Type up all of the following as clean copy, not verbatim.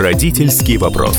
Родительский вопрос.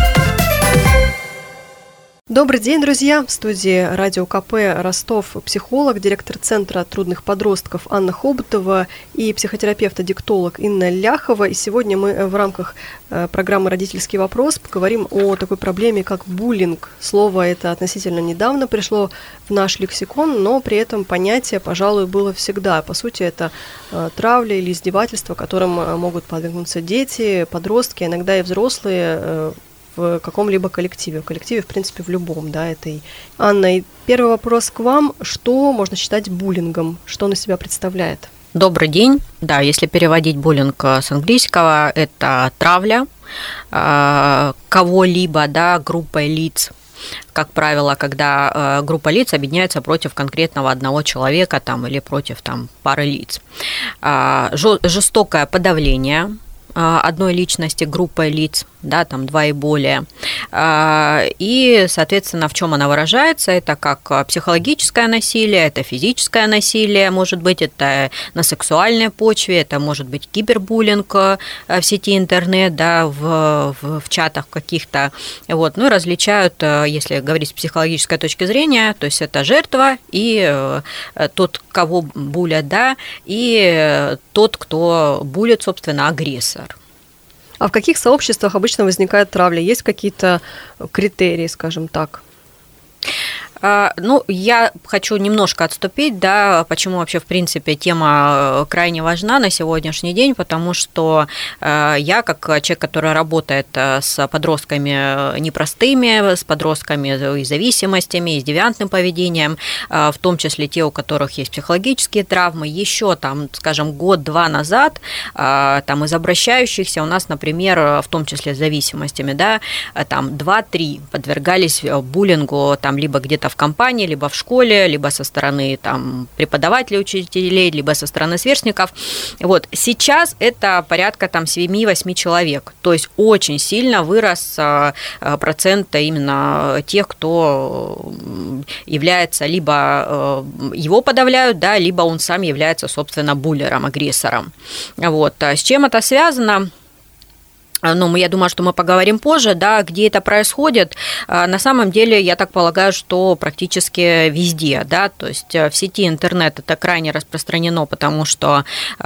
Добрый день, друзья! В студии Радио КП Ростов психолог, директор Центра трудных подростков Анна Хоботова и психотерапевт-аддиктолог Инна Ляхова. И сегодня мы в рамках программы «Родительский вопрос» поговорим о такой проблеме, как буллинг. Слово это относительно недавно пришло в наш лексикон, но при этом понятие, пожалуй, было всегда. По сути, это травля или издевательство, которым могут подвергнуться дети, подростки, иногда и взрослые, в каком-либо коллективе. В коллективе, в принципе, в любом, да, это и... Анна, и первый вопрос к вам. Что можно считать буллингом? Что он из себя представляет? Добрый день. Да, если переводить буллинг с английского, это травля кого-либо, да, группой лиц. Как правило, когда группа лиц объединяется против конкретного одного человека там, или против там, пары лиц. Жестокое подавление одной личности группой лиц, да, там 2 и более. И, соответственно, в чем она выражается? Это как психологическое насилие, это физическое насилие, может быть, это на сексуальной почве, это может быть кибербуллинг в сети интернет, да, в чатах каких-то. Вот. Ну и различают, если говорить с психологической точки зрения, то есть это жертва и тот, кого булят, да, и тот, кто булит, собственно, агрессор. А в каких сообществах обычно возникает травля? Есть какие-то критерии, скажем так? Ну, я хочу немножко отступить, да, почему вообще, в принципе, тема крайне важна на сегодняшний день, потому что я, как человек, который работает с подростками непростыми, с подростками и зависимостями, и с девиантным поведением, в том числе те, у которых есть психологические травмы, еще там, скажем, год-два назад, там из обращающихся у нас, например, в том числе с зависимостями, да, там 2-3 подвергались буллингу, там, либо где-то в компании, либо в школе, либо со стороны там, преподавателей, учителей, либо со стороны сверстников. Вот. Сейчас это порядка там, 7-8 человек. То есть очень сильно вырос процент именно тех, кто является либо его подавляют, да, либо он сам является, собственно, буллером, агрессором. Вот. С чем это связано? Ну, я думаю, что мы поговорим позже, да, где это происходит. На самом деле, я так полагаю, что практически везде, да, то есть в сети интернет это крайне распространено, потому что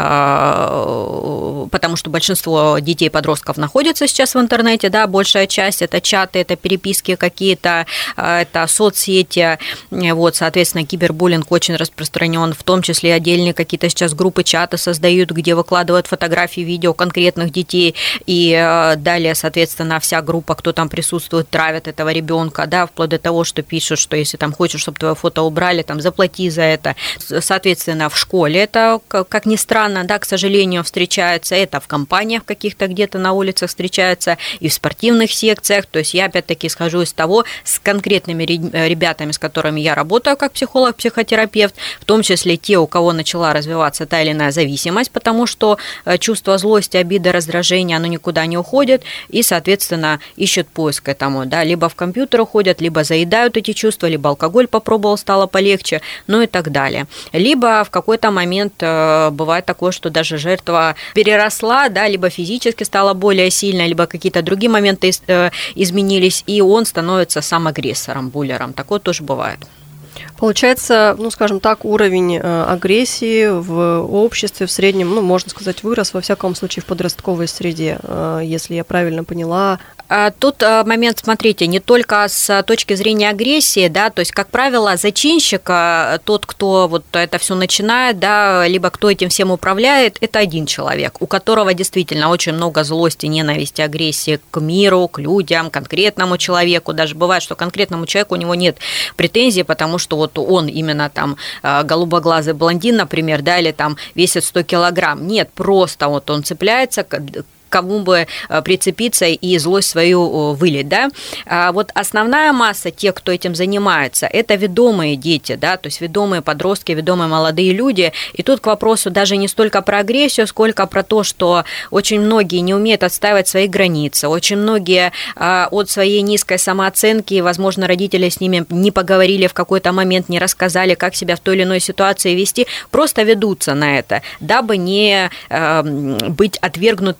большинство детей и подростков находятся сейчас в интернете, да, большая часть это чаты, это переписки какие-то, это соцсети, вот, соответственно, кибербуллинг очень распространен, в том числе отдельные какие-то сейчас группы чата создают, где выкладывают фотографии, видео конкретных детей, и далее, соответственно, вся группа, кто там присутствует, травят этого ребенка, да, вплоть до того, что пишут, что если там хочешь, чтобы твое фото убрали, там, заплати за это. Соответственно, в школе это, как ни странно, да, к сожалению, встречается, это в компаниях каких-то где-то на улицах встречается, и в спортивных секциях. То есть я, опять-таки, исхожу из того, с конкретными ребятами, с которыми я работаю как психолог, психотерапевт, в том числе те, у кого начала развиваться та или иная зависимость, потому что чувство злости, обиды, раздражения, оно никуда не уходят и, соответственно, ищут поиск к этому, да, либо в компьютер уходят, либо заедают эти чувства, либо алкоголь попробовал, стало полегче, ну и так далее. Либо в какой-то момент бывает такое, что даже жертва переросла, да, либо физически стала более сильной, либо какие-то другие моменты изменились, и он становится сам агрессором, буллером. Такое тоже бывает. Получается, ну, скажем так, уровень агрессии в обществе в среднем, ну, можно сказать, вырос, во всяком случае, в подростковой среде, если я правильно поняла. Тут момент, смотрите, не только с точки зрения агрессии, да, то есть, как правило, зачинщик, тот, кто вот это все начинает, да, либо кто этим всем управляет, это один человек, у которого действительно очень много злости, ненависти, агрессии к миру, к людям, конкретному человеку. Даже бывает, что конкретному человеку у него нет претензий, потому что вот он именно там голубоглазый блондин, например, да, или там весит 100 килограмм. Нет, просто вот он цепляется кому бы прицепиться и злость свою вылить, да. Вот основная масса тех, кто этим занимается, это ведомые дети, да, то есть ведомые подростки, ведомые молодые люди. И тут к вопросу даже не столько про агрессию, сколько про то, что очень многие не умеют отстаивать свои границы, очень многие от своей низкой самооценки, возможно, родители с ними не поговорили в какой-то момент, не рассказали, как себя в той или иной ситуации вести, просто ведутся на это, дабы не быть отвергнутыми от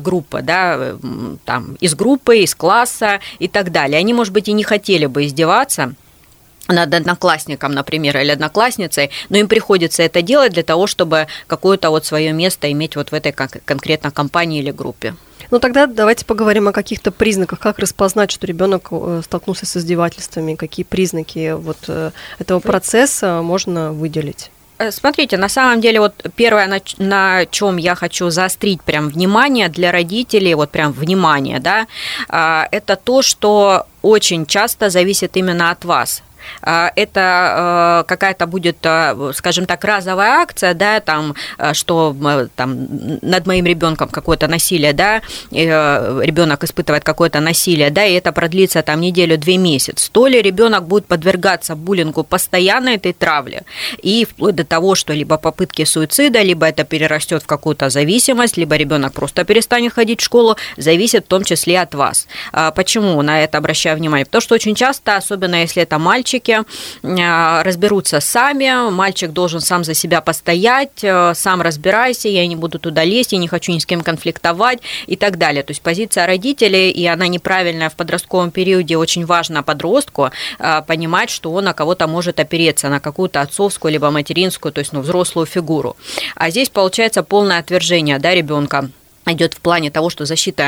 группа, да, там, из группы, из класса и так далее. Они, может быть, и не хотели бы издеваться над одноклассником, например, или одноклассницей, но им приходится это делать для того, чтобы какое-то вот свое место иметь вот в этой конкретно компании или группе. Ну тогда давайте поговорим о каких-то признаках, как распознать, что ребенок столкнулся с издевательствами, какие признаки вот этого процесса можно выделить. Смотрите, на самом деле, вот первое, на чем я хочу заострить прям внимание для родителей, вот прям внимание, да, это то, что очень часто зависит именно от вас. Это какая-то будет, скажем так, разовая акция, да, там, что там, над моим ребенком какое-то насилие, да, ребенок испытывает какое-то насилие, да, и это продлится там неделю-две месяца. То ли ребенок будет подвергаться буллингу постоянно этой травле, и вплоть до того, что либо попытки суицида, либо это перерастет в какую-то зависимость, либо ребенок просто перестанет ходить в школу, зависит в том числе от вас. Почему на это обращаю внимание? Потому что очень часто, особенно если это мальчик, разберутся сами, мальчик должен сам за себя постоять, сам разбирайся, я не буду туда лезть, я не хочу ни с кем конфликтовать и так далее. То есть позиция родителей, и она неправильная в подростковом периоде, очень важно подростку понимать, что он на кого-то может опереться, на какую-то отцовскую либо материнскую, то есть взрослую фигуру. А здесь получается полное отвержение, да, ребенка. Идет в плане того, что защиты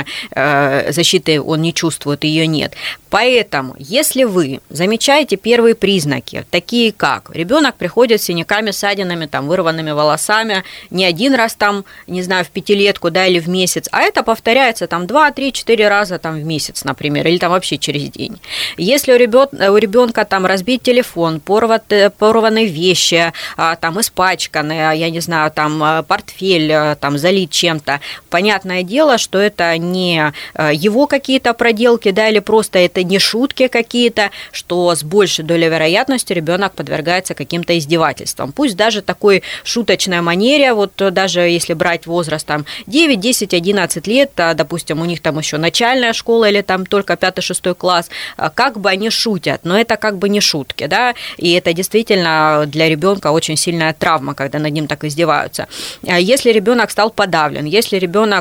он не чувствует, ее нет. Поэтому, если вы замечаете первые признаки, такие как ребенок приходит с синяками, ссадинами, там, вырванными волосами, не один раз там, не знаю, в пятилетку, да, или в месяц, а это повторяется там 2, 3, 4 раза там в месяц, например, или там вообще через день. Если у ребенка там разбит телефон, порваны вещи, там испачканы, я не знаю, там портфель там залит чем-то, понятное дело, что это не его какие-то проделки, да, или просто это не шутки какие-то, что с большей долей вероятности ребенок подвергается каким-то издевательствам. Пусть даже такой шуточной манере, вот даже если брать возраст там 9, 10, 11 лет, допустим, у них там еще начальная школа или там только 5-6 класс, как бы они шутят, но это как бы не шутки, да, и это действительно для ребенка очень сильная травма, когда над ним так издеваются. Если ребенок стал подавлен, если ребенок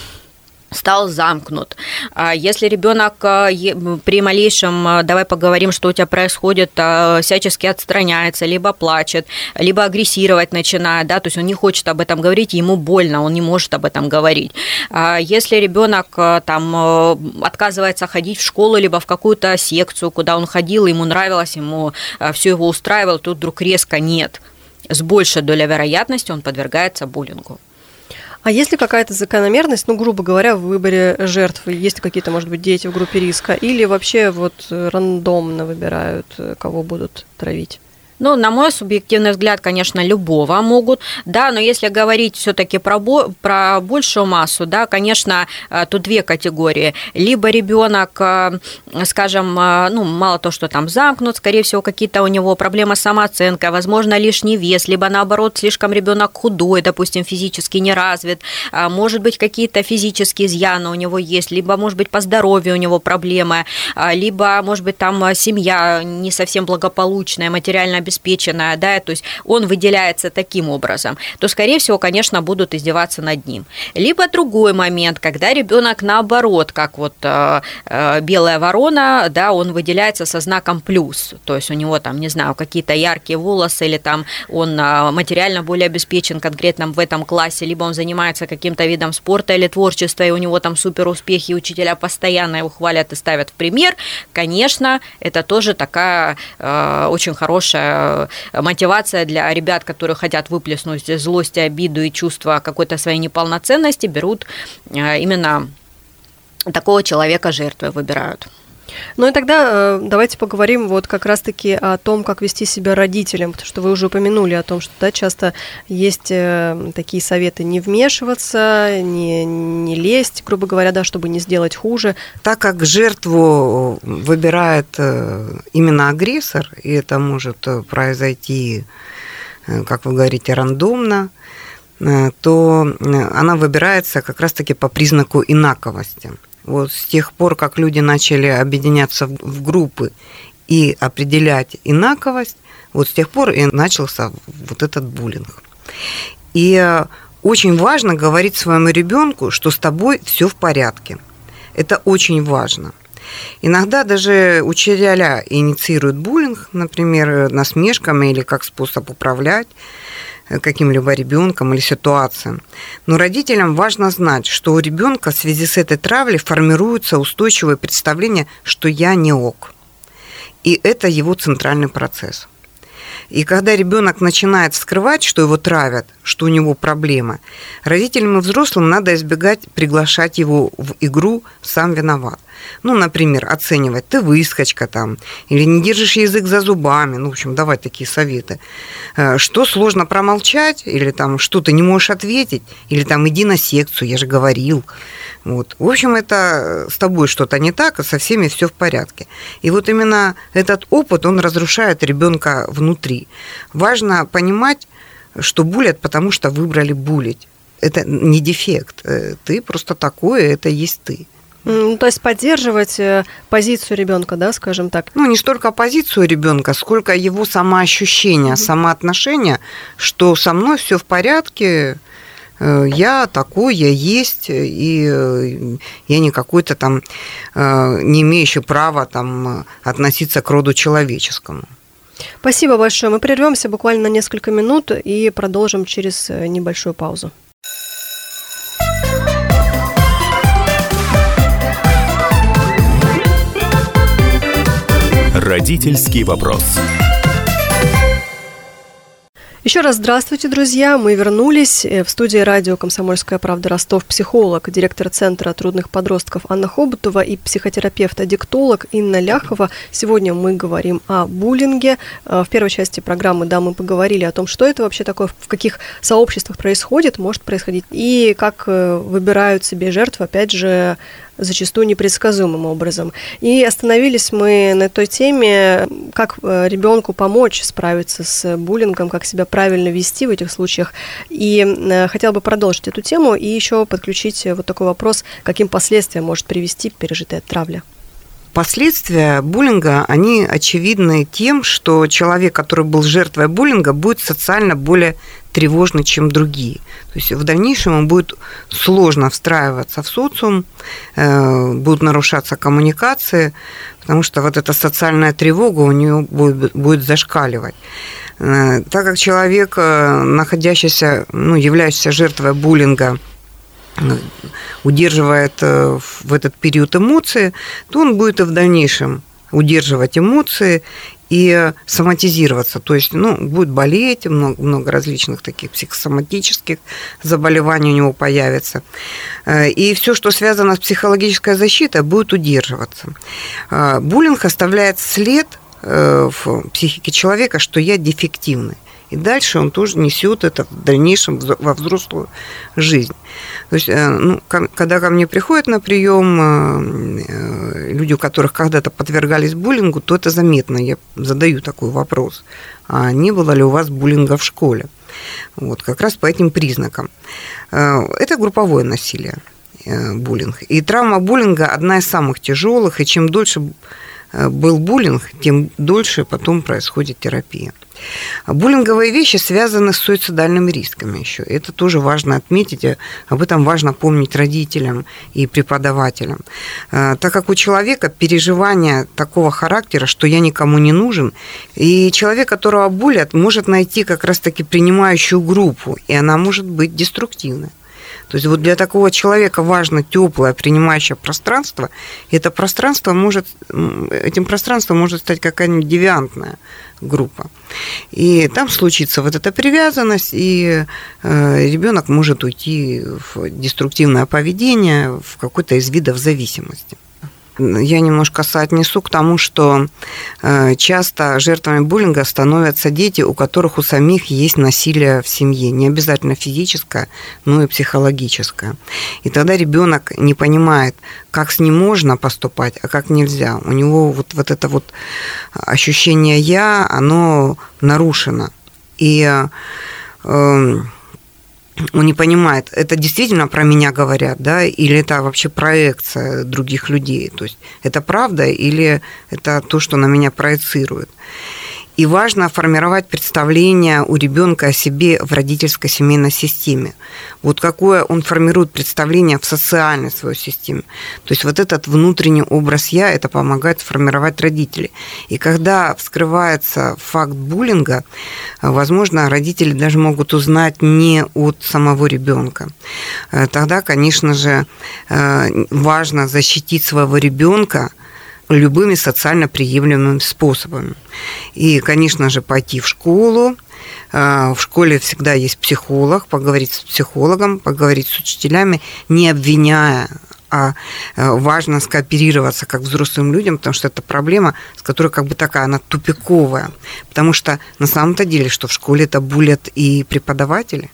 стал замкнут. Если ребенок при малейшем, давай поговорим, что у тебя происходит, всячески отстраняется, либо плачет, либо агрессировать начинает, да, то есть он не хочет об этом говорить, ему больно, он не может об этом говорить. Если ребенок там отказывается ходить в школу, либо в какую-то секцию, куда он ходил, ему нравилось, ему все его устраивало, тут вдруг резко нет. С большей долей вероятности он подвергается буллингу. А есть ли какая-то закономерность, ну, грубо говоря, в выборе жертв? Есть ли какие-то, может быть, дети в группе риска? Или вообще вот рандомно выбирают, кого будут травить? Ну, на мой субъективный взгляд, конечно, любого могут, да, но если говорить все-таки про большую массу, да, конечно, тут две категории. Либо ребенок, скажем, ну, мало того, что там замкнут, скорее всего, какие-то у него проблемы с самооценкой, возможно, лишний вес, либо, наоборот, слишком ребенок худой, допустим, физически не развит, может быть, какие-то физические изъяны у него есть, либо, может быть, по здоровью у него проблемы, либо, может быть, там семья не совсем благополучная, материально обеспеченная, да, то есть он выделяется таким образом, то, скорее всего, конечно, будут издеваться над ним. Либо другой момент, когда ребенок наоборот, как вот белая ворона, да, он выделяется со знаком плюс, то есть у него там, не знаю, какие-то яркие волосы, или там он материально более обеспечен конкретно в этом классе, либо он занимается каким-то видом спорта или творчества, и у него там супер успехи, и учителя постоянно его хвалят и ставят в пример, конечно, это тоже такая очень хорошая мотивация для ребят, которые хотят выплеснуть злость, обиду и чувство какой-то своей неполноценности, берут именно такого человека жертвой, выбирают. Ну и тогда давайте поговорим вот как раз-таки о том, как вести себя родителям, потому что вы уже упомянули о том, что да, часто есть такие советы не вмешиваться, не лезть, грубо говоря, да, чтобы не сделать хуже. Так как жертву выбирает именно агрессор, и это может произойти, как вы говорите, рандомно, то она выбирается как раз-таки по признаку инаковости. Вот с тех пор, как люди начали объединяться в группы и определять инаковость, вот с тех пор и начался вот этот буллинг. И очень важно говорить своему ребенку, что с тобой все в порядке. Это очень важно. Иногда даже учителя инициируют буллинг, например, насмешками или как способ управлять каким-либо ребенком или ситуацией. Но родителям важно знать, что у ребенка в связи с этой травлей формируется устойчивое представление, что я не ок. И это его центральный процесс. И когда ребенок начинает скрывать, что его травят, что у него проблемы, родителям и взрослым надо избегать приглашать его в игру «сам виноват». Ну, например, оценивать, ты выскочка там, или не держишь язык за зубами, ну, в общем, давать такие советы. Что сложно промолчать, или там, что ты не можешь ответить, или там, иди на секцию, я же говорил. Вот. В общем, это с тобой что-то не так, а со всеми все в порядке. И вот именно этот опыт, он разрушает ребенка внутри. Важно понимать, что булят, потому что выбрали булить. Это не дефект, ты просто такой, это есть ты. То есть поддерживать позицию ребенка, да, скажем так. Ну, не столько позицию ребенка, сколько его самоощущение, самоотношение, что со мной все в порядке, я такой, я есть, и я не какой-то там, не имеющий права там относиться к роду человеческому. Спасибо большое. Мы прервемся буквально на несколько минут и продолжим через небольшую паузу. Родительский вопрос. Еще раз здравствуйте, друзья. Мы вернулись. В студии радио «Комсомольская правда» Ростов психолог, директор Центра трудных подростков Анна Хоботова и психотерапевт-аддиктолог Инна Ляхова. Сегодня мы говорим о буллинге. В первой части программы, да, мы поговорили о том, что это вообще такое, в каких сообществах происходит, может происходить, и как выбирают себе жертву, опять же, зачастую непредсказуемым образом. И остановились мы на той теме, как ребенку помочь справиться с буллингом, как себя правильно вести в этих случаях. И хотела бы продолжить эту тему и еще подключить вот такой вопрос, каким последствиям может привести пережитая травля. Последствия буллинга, они очевидны тем, что человек, который был жертвой буллинга, будет социально более тревожный, чем другие. То есть в дальнейшем ему будет сложно встраиваться в социум, будут нарушаться коммуникации, потому что вот эта социальная тревога у него будет зашкаливать. Так как человек, находящийся, являющийся жертвой буллинга, удерживает в этот период эмоции, то он будет и в дальнейшем удерживать эмоции и соматизироваться. То есть, будет болеть, много различных таких психосоматических заболеваний у него появится. И все, что связано с психологической защитой, будет удерживаться. Буллинг оставляет след в психике человека, что я дефективный. И дальше он тоже несет это в дальнейшем во взрослую жизнь. То есть, когда ко мне приходят на прием люди, у которых когда-то подвергались буллингу, то это заметно. Я задаю такой вопрос: а не было ли у вас буллинга в школе? Вот, как раз по этим признакам. Это групповое насилие, буллинг. И травма буллинга одна из самых тяжелых, и чем дольше был буллинг, тем дольше потом происходит терапия. Буллинговые вещи связаны с суицидальными рисками еще. Это тоже важно отметить, об этом важно помнить родителям и преподавателям. Так как у человека переживание такого характера, что я никому не нужен, и человек, которого булят, может найти как раз-таки принимающую группу, и она может быть деструктивной. То есть вот для такого человека важно теплое, принимающее пространство. И этим пространством может стать какая-нибудь девиантная группа. И там случится вот эта привязанность, и ребенок может уйти в деструктивное поведение, в какой-то из видов зависимости. Я немножко соотнесу к тому, что часто жертвами буллинга становятся дети, у которых у самих есть насилие в семье. Не обязательно физическое, но и психологическое. И тогда ребенок не понимает, как с ним можно поступать, а как нельзя. У него вот это вот ощущение «я», оно нарушено. И он не понимает, это действительно про меня говорят, да, или это вообще проекция других людей. То есть это правда или это то, что на меня проецирует. И важно формировать представление у ребенка о себе в родительской семейной системе. Вот какое он формирует представление в социальной своей системе. То есть вот этот внутренний образ «я» это помогает сформировать родители. И когда вскрывается факт буллинга, возможно, родители даже могут узнать не от самого ребенка. Тогда, конечно же, важно защитить своего ребенка любыми социально приемлемыми способами. И, конечно же, пойти в школу. В школе всегда есть психолог, поговорить с психологом, поговорить с учителями, не обвиняя, а важно скооперироваться как взрослым людям, потому что это проблема, с которой как бы такая, она тупиковая. Потому что на самом-то деле, что в школе это буллят и преподаватели.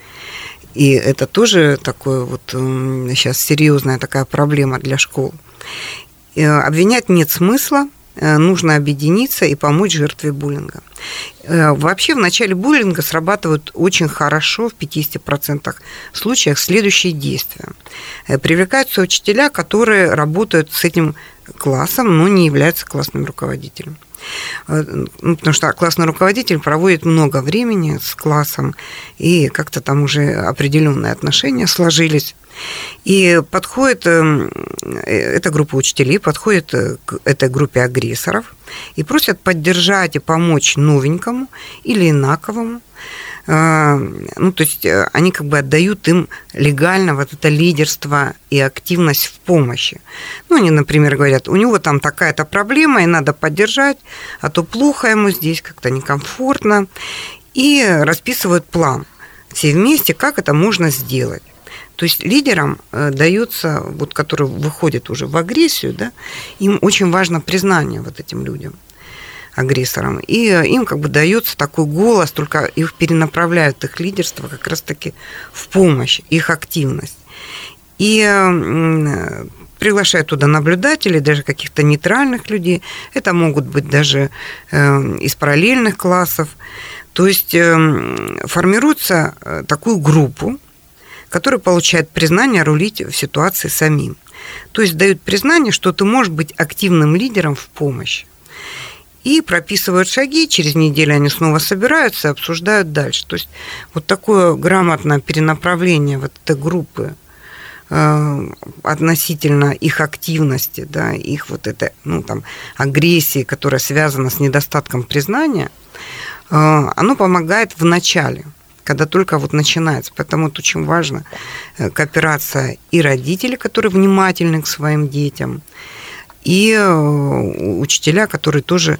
И это тоже такое вот сейчас серьезная такая проблема для школ. Обвинять нет смысла, нужно объединиться и помочь жертве буллинга. Вообще в начале буллинга срабатывают очень хорошо, в 50% случаях, следующие действия. Привлекаются учителя, которые работают с этим классом, но не являются классным руководителем. Потому что классный руководитель проводит много времени с классом, и как-то там уже определенные отношения сложились. И подходит эта группа учителей, подходит к этой группе агрессоров и просят поддержать и помочь новенькому или инаковому. То есть они как бы отдают им легально вот это лидерство и активность в помощи. Они, например, говорят, у него там такая-то проблема, и надо поддержать, а то плохо ему здесь, как-то некомфортно. И расписывают план все вместе, как это можно сделать. То есть лидерам дается, вот, которые выходят уже в агрессию, да, им очень важно признание вот этим людям, агрессорам. И им как бы дается такой голос, только их перенаправляют, их лидерство как раз-таки в помощь, их активность. И приглашают туда наблюдателей, даже каких-то нейтральных людей. Это могут быть даже из параллельных классов. То есть формируется такую группу, который получает признание рулить в ситуации самим. То есть дают признание, что ты можешь быть активным лидером в помощи. И прописывают шаги, через неделю они снова собираются и обсуждают дальше. То есть вот такое грамотное перенаправление вот этой группы относительно их активности, да, их вот этой агрессии, которая связана с недостатком признания, оно помогает в начале, когда только вот начинается. Поэтому это очень важно. Кооперация и родителей, которые внимательны к своим детям, и учителя, которые тоже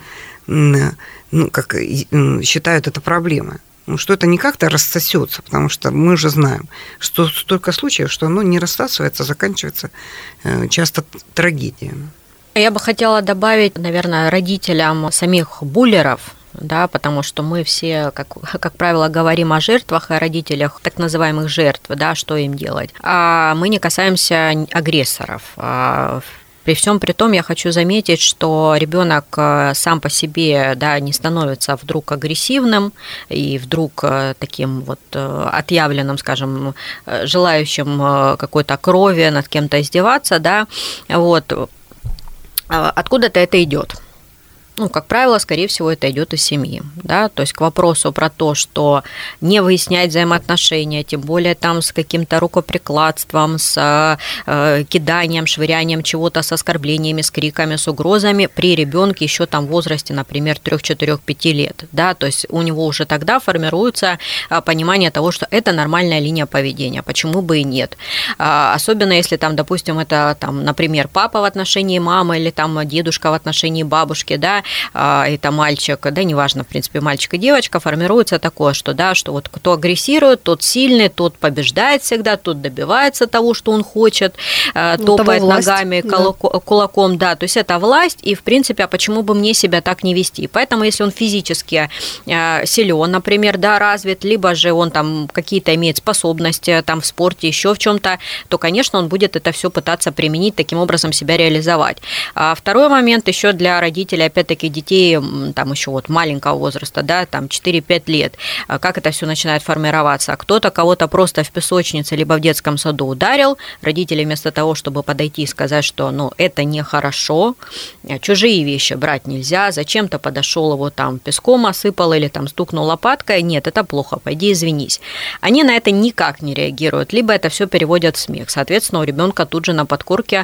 считают это проблемой. Что это не как-то рассосется, потому что мы уже знаем, что столько случаев, что оно не рассасывается, заканчивается часто трагедиями. Я бы хотела добавить, наверное, родителям самих буллеров, да, потому что мы все, как правило, говорим о жертвах и о родителях так называемых жертв, да, что им делать. А мы не касаемся агрессоров. При всем при том, я хочу заметить, что ребенок сам по себе, да, не становится вдруг агрессивным и вдруг таким вот отъявленным, скажем, желающим какой-то крови, над кем-то издеваться, да, вот. Откуда-то это идет. Как правило, скорее всего, это идет из семьи, да, то есть к вопросу про то, что не выяснять взаимоотношения, тем более там с каким-то рукоприкладством, с киданием, швырянием чего-то, с оскорблениями, с криками, с угрозами при ребенке еще там в возрасте, например, 3, 4, 5 лет, да, то есть у него уже тогда формируется понимание того, что это нормальная линия поведения, почему бы и нет. Особенно если там, допустим, это там, например, папа в отношении мамы или там дедушка в отношении бабушки, да, это мальчик, да, неважно, в принципе, мальчик и девочка, формируется такое, что, да, что вот кто агрессирует, тот сильный, тот побеждает всегда, тот добивается того, что он хочет, топает ногами, кулаком, да, то есть это власть, и, в принципе, а почему бы мне себя так не вести? Поэтому, если он физически силен, например, да, развит, либо же он там какие-то имеет способности там в спорте, еще в чем-то, то, конечно, он будет это все пытаться применить, таким образом себя реализовать. А второй момент еще для родителей, опять-таки, таких детей, там еще вот маленького возраста, да, там 4-5 лет, как это все начинает формироваться. Кто-то кого-то просто в песочнице либо в детском саду ударил, родители вместо того, чтобы подойти и сказать, что, ну, это нехорошо, чужие вещи брать нельзя, зачем-то подошел его там песком осыпал или там стукнул лопаткой, нет, это плохо, пойди извинись. Они на это никак не реагируют, либо это все переводят в смех. Соответственно, у ребенка тут же на подкорке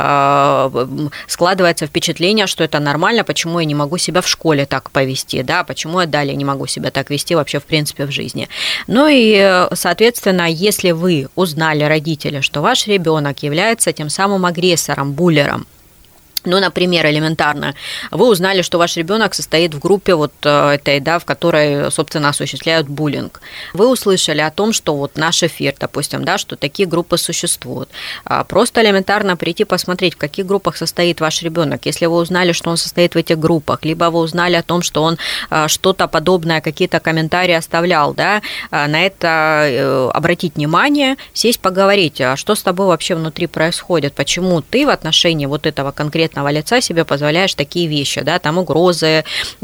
складывается впечатление, что это нормально, почему я не могу себя в школе так повести, да, почему я далее не могу себя так вести вообще в принципе в жизни. Ну и, соответственно, если вы узнали, родители, что ваш ребенок является тем самым агрессором, буллером, ну, например, элементарно, вы узнали, что ваш ребенок состоит в группе вот этой, да, в которой, собственно, осуществляют буллинг. Вы услышали о том, что вот наш эфир, допустим, да, что такие группы существуют. Просто элементарно прийти посмотреть, в каких группах состоит ваш ребенок. Если вы узнали, что он состоит в этих группах, либо вы узнали о том, что он что-то подобное, какие-то комментарии оставлял, да, на это обратить внимание, сесть поговорить, а что с тобой вообще внутри происходит, почему ты в отношении вот этого конкретного лица себе позволяешь такие вещи, да, там угрозы,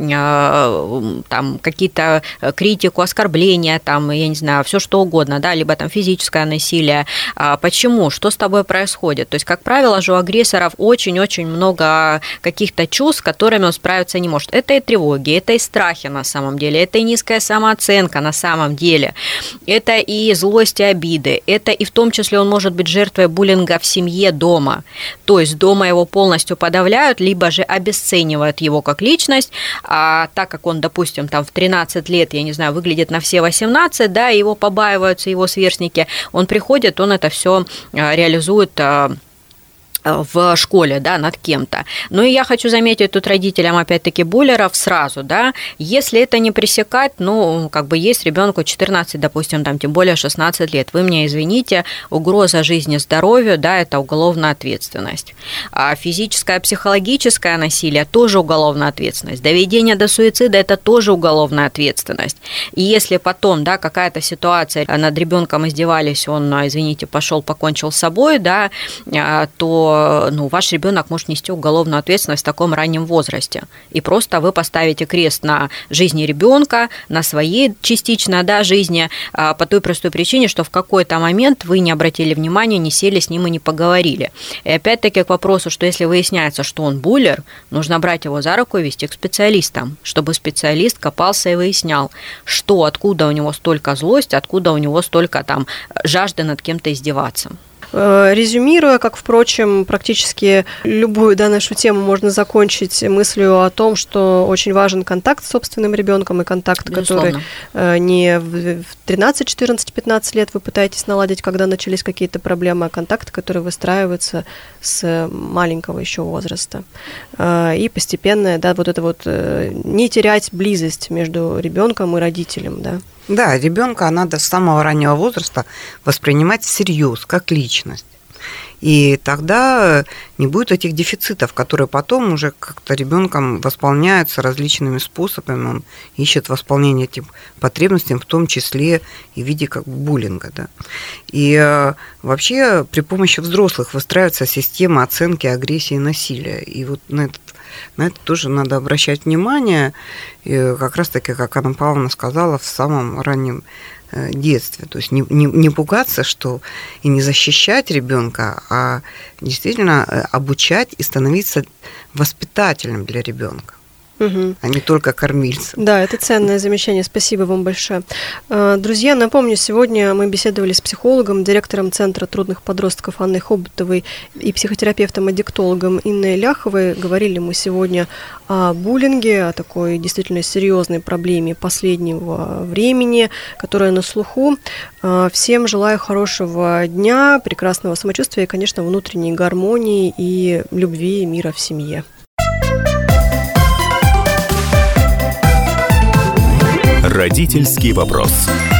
там какие-то критику, оскорбления, там, я не знаю, все что угодно, да, либо там физическое насилие. Почему? Что с тобой происходит? То есть, как правило же, у агрессоров очень-очень много каких-то чувств, с которыми он справиться не может. Это и тревоги, это и страхи на самом деле, это и низкая самооценка на самом деле, это и злость и обиды, это и в том числе он может быть жертвой буллинга в семье дома, то есть дома его полностью подавляют, либо же обесценивают его как личность, а так как он, допустим, там в 13 лет, я не знаю, выглядит на все 18, да, его побаиваются его сверстники, он приходит, он это все реализует в школе, да, над кем-то. Ну и я хочу заметить тут родителям, опять-таки, буллеров сразу, да, если это не пресекать, ну, как бы есть ребенку 14, допустим, там, тем более 16 лет, вы меня извините, угроза жизни, здоровью, да, это уголовная ответственность. А физическое, психологическое насилие тоже уголовная ответственность. Доведение до суицида – это тоже уголовная ответственность. И если потом, да, какая-то ситуация, над ребенком издевались, он, извините, пошел, покончил с собой, да, то ну, ваш ребенок может нести уголовную ответственность в таком раннем возрасте. И просто вы поставите крест на жизни ребенка, на своей частично, да, жизни, по той простой причине, что в какой-то момент вы не обратили внимания, не сели с ним и не поговорили. И опять-таки к вопросу, что если выясняется, что он буллер, нужно брать его за руку и вести к специалистам, чтобы специалист копался и выяснял, что, откуда у него столько злости, откуда у него столько там жажды над кем-то издеваться. Резюмируя, как, впрочем, практически любую, да, нашу тему можно закончить мыслью о том, что очень важен контакт с собственным ребенком и контакт, безусловно, который не в 13, 14, 15 лет вы пытаетесь наладить, когда начались какие-то проблемы, а контакт, который выстраивается с маленького еще возраста. И постепенно, да, вот это вот не терять близость между ребенком и родителем, да. Да, ребенка надо с самого раннего возраста воспринимать всерьез, как личность. И тогда не будет этих дефицитов, которые потом уже как-то ребенком восполняются различными способами. Он ищет восполнение этим потребностям, в том числе и в виде как бы буллинга. Да. И вообще при помощи взрослых выстраивается система оценки агрессии и насилия. И вот на это тоже надо обращать внимание, и как раз-таки, как Анна Павловна сказала, в самом раннем детстве. То есть не пугаться, что и не защищать ребенка, а действительно обучать и становиться воспитателем для ребенка. А не только кормильцем. Да, это ценное замечание. Спасибо вам большое. Друзья, напомню, сегодня мы беседовали с психологом, директором Центра трудных подростков Анной Хоботовой и психотерапевтом-аддиктологом Инной Ляховой. Говорили мы сегодня о буллинге, о такой действительно серьезной проблеме последнего времени, которая на слуху. Всем желаю хорошего дня, прекрасного самочувствия и, конечно, внутренней гармонии и любви и мира в семье. Родительский вопрос.